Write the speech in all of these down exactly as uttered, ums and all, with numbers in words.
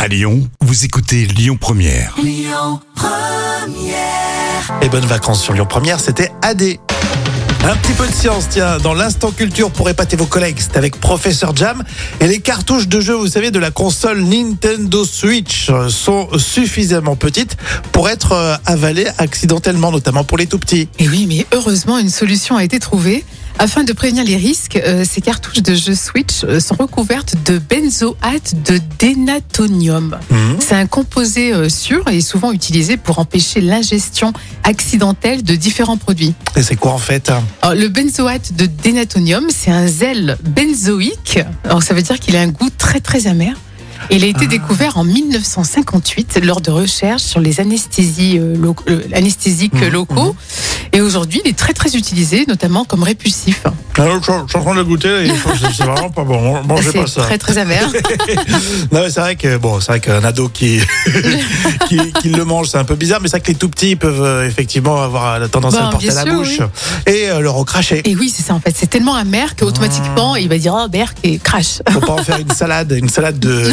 À Lyon, vous écoutez Lyon Première. Lyon Première. Et bonnes vacances sur Lyon Première, c'était A D. Un petit peu de science, tiens, dans l'instant culture pour épater vos collègues, c'est avec Professeur Jam. Et les cartouches de jeu, vous savez, de la console Nintendo Switch sont suffisamment petites pour être avalées accidentellement, notamment pour les tout petits. Et oui, mais heureusement, une solution a été trouvée. Afin de prévenir les risques, euh, ces cartouches de jeu Switch euh, sont recouvertes de benzoate de dénatonium. Mmh. C'est un composé euh, sûr et souvent utilisé pour empêcher l'ingestion accidentelle de différents produits. Et c'est quoi en fait? Alors, le benzoate de dénatonium, c'est un zèle benzoïque. Alors, ça veut dire qu'il a un goût très très amer. Et il a été Ah. découvert en mille neuf cent cinquante-huit lors de recherches sur les anesthésies, euh, lo- euh, anesthésiques Mmh, locaux. mmh. Et aujourd'hui, il est très très utilisé, notamment comme répulsif. Alors, je, je suis en train de le goûter, et c'est c'est vraiment pas bon. Mangez pas C'est ça. très très amer. Non, mais c'est vrai que bon, c'est vrai qu'un ado qui, qui qui le mange, c'est un peu bizarre, mais c'est vrai que les tout petits peuvent euh, effectivement avoir la tendance à Bon, le porter bien à la sûr, bouche oui. et euh, le recracher. Et oui, c'est ça en fait. C'est tellement amer qu'automatiquement, il va dire oh berk et crash. Faut pas en faire une salade, une salade de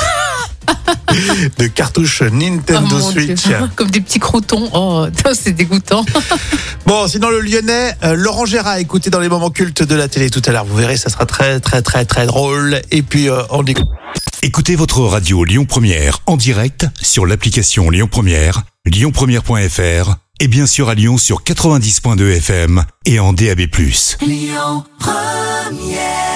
de cartouches Nintendo Oh, mon Dieu. Switch. Comme des petits croutons. Oh, c'est dégoûtant. Bon, sinon le Lyonnais, euh, Laurent Gérard, écoutez dans les moments cultes de la télé tout à l'heure. Vous verrez, ça sera très très très très drôle. Et puis euh, on dit. Écoutez votre radio Lyon Première en direct sur l'application Lyon Première, lyon première point f r et bien sûr à Lyon sur quatre-vingt-dix point deux F M et en D A B plus. Lyon Première.